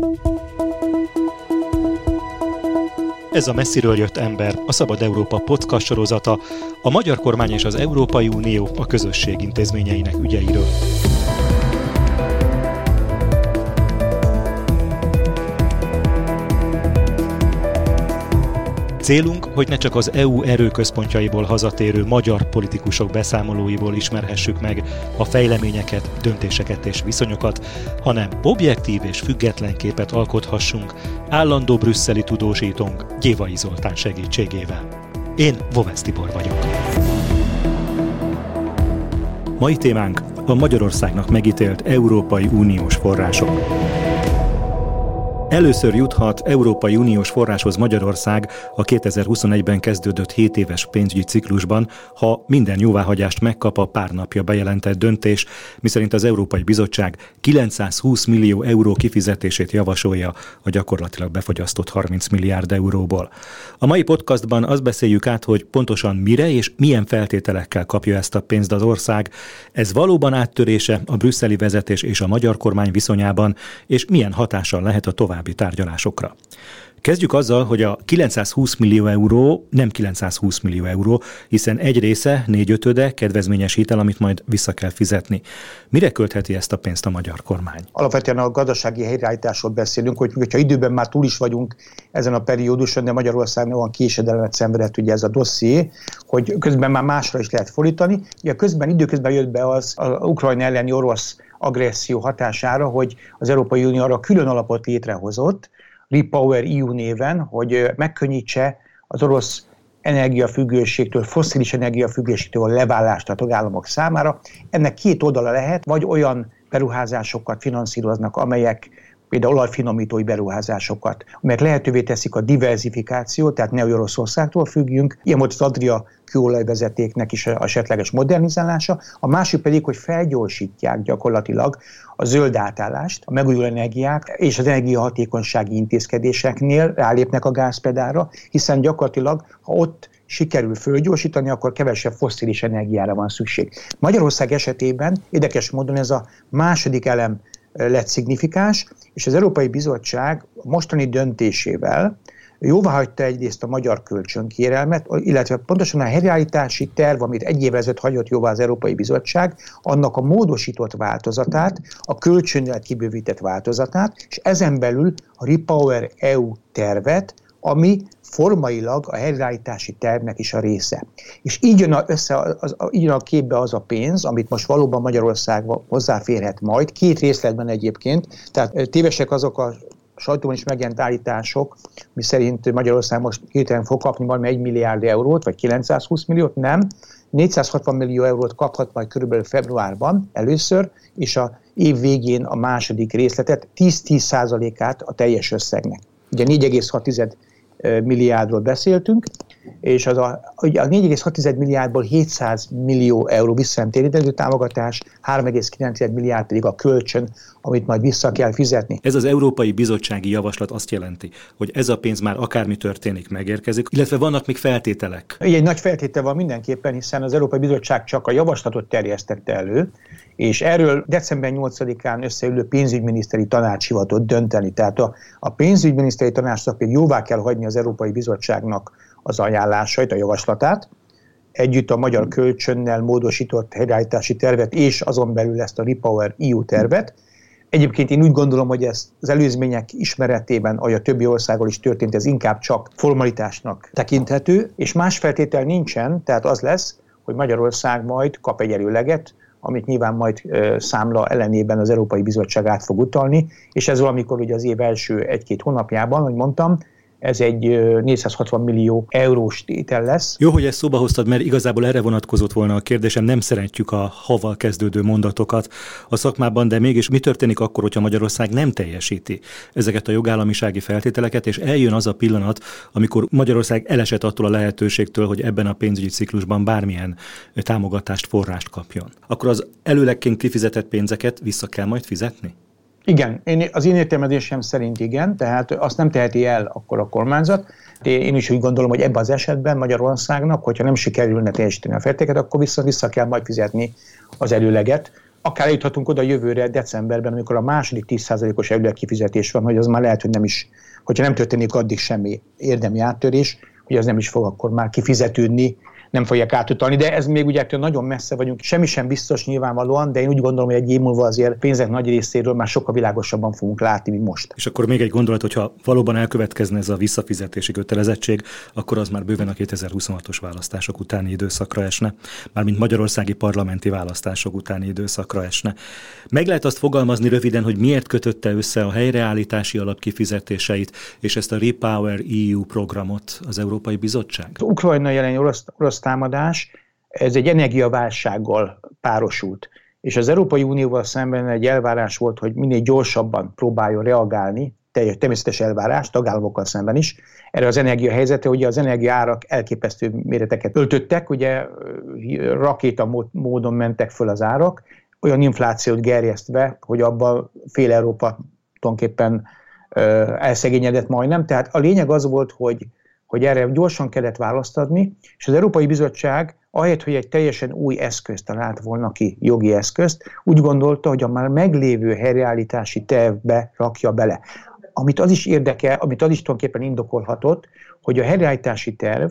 Ez a Messziről jött ember, a Szabad Európa podcast sorozata, a magyar kormány és az Európai Unió a közösség intézményeinek ügyeiről. Célunk, hogy ne csak az EU erőközpontjaiból hazatérő magyar politikusok beszámolóiból ismerhessük meg a fejleményeket, döntéseket és viszonyokat, hanem objektív és független képet alkothassunk állandó brüsszeli tudósítónk Gyévai Zoltán segítségével. Én Vovesz Tibor vagyok. Mai témánk a Magyarországnak megítélt Európai Uniós források. Először juthat Európai Uniós forráshoz Magyarország a 2021-ben kezdődött 7 éves pénzügyi ciklusban, ha minden jóváhagyást megkap a pár napja bejelentett döntés, miszerint az Európai Bizottság 920 millió euró kifizetését javasolja a gyakorlatilag befogyasztott 30 milliárd euróból. A mai podcastban azt beszéljük át, hogy pontosan mire és milyen feltételekkel kapja ezt a pénzt az ország, ez valóban áttörése a brüsszeli vezetés és a magyar kormány viszonyában, és milyen hatással lehet a további tárgyalásokra. Kezdjük azzal, hogy a 920 millió euró nem 920 millió euró, hiszen egy része, 4/5 kedvezményes hitel, amit majd vissza kell fizetni. Mire költheti ezt a pénzt a magyar kormány? Alapvetően a gazdasági helyreállításról beszélünk, hogyha időben már túl is vagyunk ezen a perióduson, de Magyarországon olyan késedelmet szenvedett ugye ez a dosszié, hogy közben már másra is lehet fordítani. Ugye időközben jött be az Ukrajna elleni orosz agresszió hatására, hogy az Európai Unió arra külön alapot létrehozott, REPowerEU néven, hogy megkönnyítse az orosz energiafüggőségtől, fosszilis energiafüggőségtől a leválást a tagállamok számára. Ennek két oldala lehet, vagy olyan beruházásokat finanszíroznak, amelyek például olajfinomítói beruházásokat, amelyek lehetővé teszik a diverzifikációt, tehát ne Oroszországtól függjünk, ilyen volt az Adria kőolajvezetéknek is esetleges modernizálása, a másik pedig, hogy felgyorsítják gyakorlatilag a zöld átállást, a megújuló energiák és az energiahatékonysági intézkedéseknél rálépnek a gázpedára, hiszen gyakorlatilag, ha ott sikerül fölgyorsítani, akkor kevesebb fosszilis energiára van szükség. Magyarország esetében érdekes módon ez a második elem lett szignifikáns, és az Európai Bizottság mostani döntésével jóváhagyta egyrészt a magyar kölcsönkérelmet, illetve pontosan a helyreállítási terv, amit egy évvel ezelőtt hagyott jóvá az Európai Bizottság, annak a módosított változatát, a kölcsönnel kibővített változatát, és ezen belül a REPowerEU tervet, ami formailag a helyreállítási tervnek is a része. És így jön a képbe az a pénz, amit most valóban Magyarország hozzáférhet majd, két részletben egyébként, tehát tévesek azok a sajtóban is megjelent állítások, miszerint Magyarország most hirtelen fog kapni majd 1 milliárd eurót, vagy 920 milliót, nem. 460 millió eurót kaphat majd körülbelül februárban először, és a év végén a második részletet, 10%-át a teljes összegnek. Ugye 4,6 milliárdról beszéltünk, és ugye a 4,6 milliárdból 700 millió euró visszatérítendő támogatás, 3,9 milliárd pedig a kölcsön, amit majd vissza kell fizetni. Ez az Európai Bizottsági Javaslat azt jelenti, hogy ez a pénz már akármi történik, megérkezik, illetve vannak még feltételek. Egy nagy feltétel van mindenképpen, hiszen az Európai Bizottság csak a javaslatot terjesztette elő, és erről december 8-án összeülő pénzügyminiszteri tanács hivatott dönteni. Tehát a pénzügyminiszteri tanácsnak még jóvá kell hagyni az Európai Bizottságnak az ajánlásait, a javaslatát, együtt a magyar kölcsönnel módosított helyreállítási tervet, és azon belül ezt a REPowerEU tervet. Egyébként én úgy gondolom, hogy ez az előzmények ismeretében, ahogy a többi országgal is történt, ez inkább csak formalitásnak tekinthető, és más feltétel nincsen, tehát az lesz, hogy Magyarország majd kap egy előleget, amit nyilván majd számla ellenében az Európai Bizottság át fog utalni, és ez valamikor ugye az év első 1-2 hónapjában, ahogy mondtam, ez egy 460 millió eurós tétel lesz. Jó, hogy ezt szóba hoztad, mert igazából erre vonatkozott volna a kérdésem, nem szeretjük a haval kezdődő mondatokat a szakmában, de mégis mi történik akkor, hogyha Magyarország nem teljesíti ezeket a jogállamisági feltételeket, és eljön az a pillanat, amikor Magyarország elesett attól a lehetőségtől, hogy ebben a pénzügyi ciklusban bármilyen támogatást, forrást kapjon. Akkor az előlegként kifizetett pénzeket vissza kell majd fizetni? Igen, az én értelmezésem szerint igen, tehát azt nem teheti el akkor a kormányzat. Én is úgy gondolom, hogy ebben az esetben Magyarországnak, hogyha nem sikerülne teljesíteni a feltételeket, akkor vissza kell majd fizetni az előleget, akár eljuthatunk oda jövőre, decemberben, amikor a második 10%-os kifizetés van, hogy az már lehet, hogy nem is, hogyha nem történik addig semmi érdemi áttörés, hogy az nem is fog akkor már kifizetődni, nem fogják átutalni, de ez még ugye nagyon messze vagyunk, semmi sem biztos nyilvánvalóan, de én úgy gondolom, hogy egy év múlva azért pénzek nagy részéről már sokkal világosabban fogunk látni, mint most. És akkor még egy gondolat, hogyha valóban elkövetkezne ez a visszafizetési kötelezettség, akkor az már bőven a 2026-os választások utáni időszakra esne, mármint magyarországi parlamenti választások utáni időszakra esne. Meg lehet azt fogalmazni röviden, hogy miért kötötte össze a helyreállítási alap kifizetéseit és ezt a Repower EU programot az Európai Bizottság? Az Ukrajna jelen orosz támadás, ez egy energiaválsággal párosult. És az Európai Unióval szemben egy elvárás volt, hogy minél gyorsabban próbáljon reagálni, természetes elvárás, tagállamokkal szemben is, erre az energiahelyzetre, ugye az energiaárak elképesztő méreteket öltöttek, ugye rakéta módon mentek föl az árak, olyan inflációt gerjesztve, hogy abban fél Európa tulajdonképpen elszegényedett majdnem. Tehát a lényeg az volt, hogy erre gyorsan kellett választ adni, és az Európai Bizottság, ahelyett, hogy egy teljesen új eszközt talált volna ki, jogi eszközt, úgy gondolta, hogy a már meglévő helyreállítási tervbe rakja bele. Amit az is tulajdonképpen indokolhatott, hogy a helyreállítási terv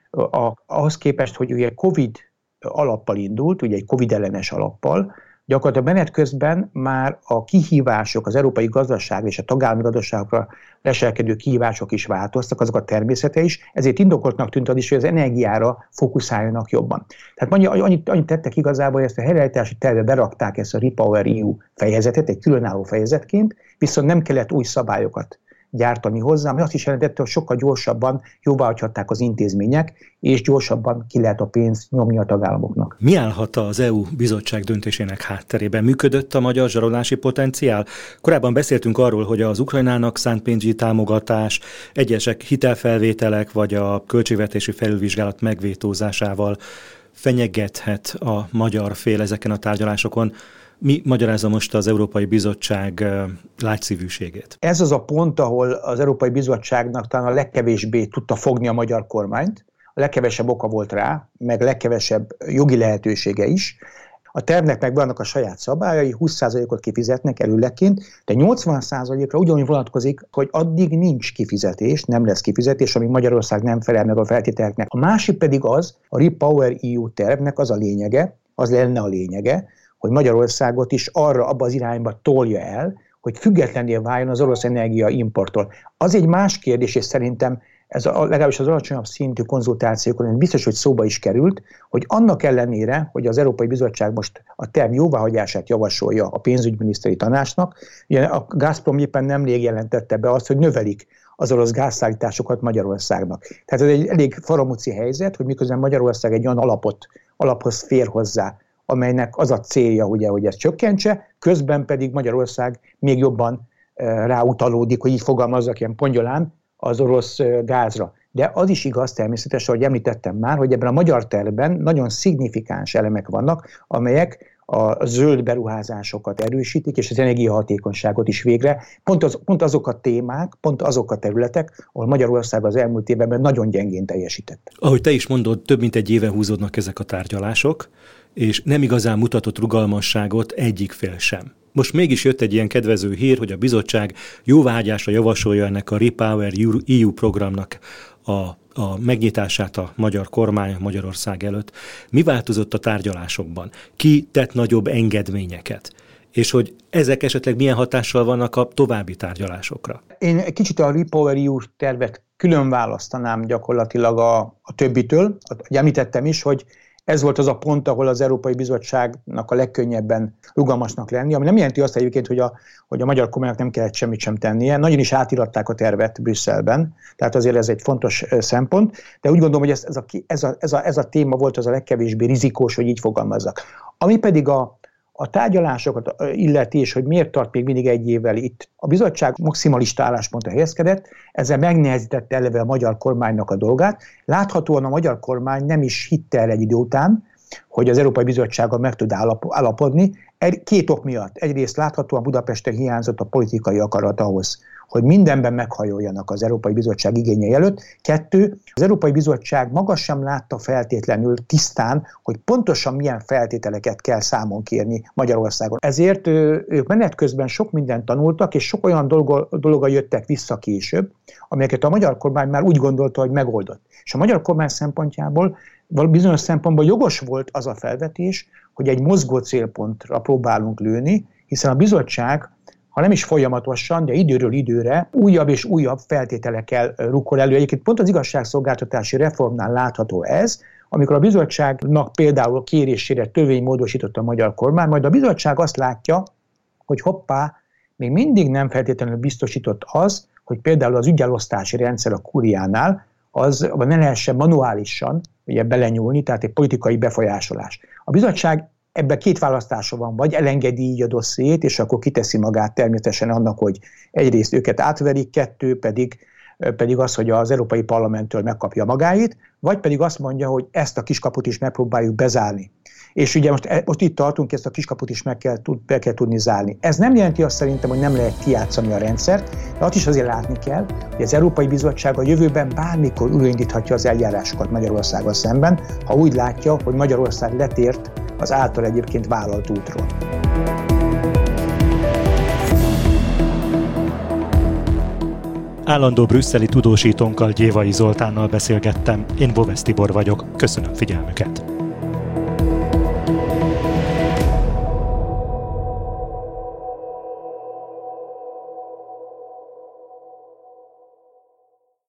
ahhoz képest, hogy ugye Covid alappal indult, ugye egy Covid ellenes alappal, gyakorlatilag menet közben már a kihívások, az európai gazdaság és a tagállami gazdaságokra leselkedő kihívások is változtak, azok a természete is, ezért indokoltnak tűnt az is, hogy az energiára fókuszáljanak jobban. Tehát annyit tettek igazából, hogy ezt a helyreállítási tervbe berakták ezt a Repower EU fejezetet, egy különálló fejezetként, viszont nem kellett új szabályokat gyártani hozzá, ami azt is jelentette, hogy sokkal gyorsabban jóváhagyhatták az intézmények, és gyorsabban ki lehet a pénzt nyomni a tagállamoknak. Mi állhat az EU bizottság döntésének hátterében? Működött a magyar zsarolási potenciál? Korábban beszéltünk arról, hogy az Ukrajnának szánt pénzügyi támogatás, egyesek hitelfelvételek vagy a költségvetési felülvizsgálat megvétózásával fenyegethet a magyar fél ezeken a tárgyalásokon. Mi magyarázza most az Európai Bizottság lágyszívűségét? Ez az a pont, ahol az Európai Bizottságnak talán a legkevésbé tudta fogni a magyar kormányt. A legkevesebb oka volt rá, meg legkevesebb jogi lehetősége is. A tervnek meg vannak a saját szabályai, 20%-ot kifizetnek előlegként, de 80%-ra ugyanúgy vonatkozik, hogy addig nincs kifizetés, nem lesz kifizetés, amíg Magyarország nem felel meg a feltételeknek. A másik pedig az, a Repower EU tervnek az lenne a lényege, hogy Magyarországot is abba az irányba tolja el, hogy függetlenné váljon az orosz energia importtól. Az egy más kérdés, és szerintem ez legalábbis az alacsonyabb szintű konzultációkon biztos, hogy szóba is került, hogy annak ellenére, hogy az Európai Bizottság most a terv jóváhagyását javasolja a pénzügyminiszteri tanácsnak, ugye a Gazprom éppen nemrég jelentette be azt, hogy növelik az orosz gázszállításokat Magyarországnak. Tehát ez egy elég faramúci helyzet, hogy miközben Magyarország egy olyan alaphoz fér hozzá, amelynek az a célja, ugye, hogy ezt csökkentse, közben pedig Magyarország még jobban ráutalódik, hogy így fogalmazzak ilyen pongyolán, az orosz gázra. De az is igaz természetesen, ahogy említettem már, hogy ebben a magyar tervben nagyon szignifikáns elemek vannak, amelyek a zöld beruházásokat erősítik, és az energiahatékonyságot is végre. Pont azok a témák, pont azok a területek, ahol Magyarország az elmúlt években nagyon gyengén teljesített. Ahogy te is mondod, több mint egy éve húzódnak ezek a tárgyalások, és nem igazán mutatott rugalmasságot egyik fél sem. Most mégis jött egy ilyen kedvező hír, hogy a bizottság jóváhagyásra javasolja ennek a Repower EU programnak a megnyitását a magyar kormány Magyarország előtt. Mi változott a tárgyalásokban? Ki tett nagyobb engedményeket? És hogy ezek esetleg milyen hatással vannak a további tárgyalásokra? Én egy kicsit a Repower EU tervet külön választanám gyakorlatilag a többitől. Említettem is, hogy ez volt az a pont, ahol az Európai Bizottságnak a legkönnyebben rugalmasnak lenni, ami nem jelenti azt egyébként, hogy a magyar kormánynak nem kellett semmit sem tennie. Nagyon is átiratták a tervet Brüsszelben, tehát azért ez egy fontos szempont, de úgy gondolom, hogy ez a téma volt az a legkevésbé rizikós, hogy így fogalmazzak. Ami pedig a tárgyalásokat illeti, és hogy miért tart még mindig egy évvel itt. A bizottság maximalista álláspontra helyezkedett, ezzel megnehezítette eleve a magyar kormánynak a dolgát. Láthatóan a magyar kormány nem is hitte el egy idő után, hogy az Európai Bizottsággal meg tud állapodni, Két ok miatt. Egyrészt láthatóan Budapesten hiányzott a politikai akarat ahhoz, hogy mindenben meghajoljanak az Európai Bizottság igényei előtt. 2. Az Európai Bizottság maga sem látta feltétlenül tisztán, hogy pontosan milyen feltételeket kell számon kérni Magyarországon. Ezért ők menet közben sok mindent tanultak, és sok olyan dologgal jöttek vissza később, amelyeket a magyar kormány már úgy gondolta, hogy megoldott. És a magyar kormány szempontjából bizonyos szempontból jogos volt az a felvetés, hogy egy mozgó célpontra próbálunk lőni, hiszen a bizottság, ha nem is folyamatosan, de időről időre újabb és újabb feltételekkel rukkol elő. Egyébként pont az igazságszolgáltatási reformnál látható ez, amikor a bizottságnak például kérésére törvénymódosított a magyar kormány, majd a bizottság azt látja, hogy hoppá, még mindig nem feltétlenül biztosított az, hogy például az ügyelosztási rendszer a Kúriánál az ne lehessen manuálisan ugye belenyúlni, tehát egy politikai befolyásolás. A bizottság ebben két választása van, vagy elengedi így a dossziét, és akkor kiteszi magát természetesen annak, hogy egyrészt őket átverik, 2 pedig az, hogy az Európai Parlamenttől megkapja magáit, vagy pedig azt mondja, hogy ezt a kiskaput is megpróbáljuk bezárni. És ugye most itt tartunk, ezt a kiskaput is be kell tudni zárni. Ez nem jelenti azt szerintem, hogy nem lehet kijátszani a rendszert, de azt is azért látni kell, hogy az Európai Bizottság a jövőben bármikor újraindíthatja az eljárásokat Magyarországgal szemben, ha úgy látja, hogy Magyarország letért az által egyébként vállalt útról. Állandó brüsszeli tudósítónkkal, Gyévai Zoltánnal beszélgettem. Én Bovesz Tibor vagyok. Köszönöm figyelmüket.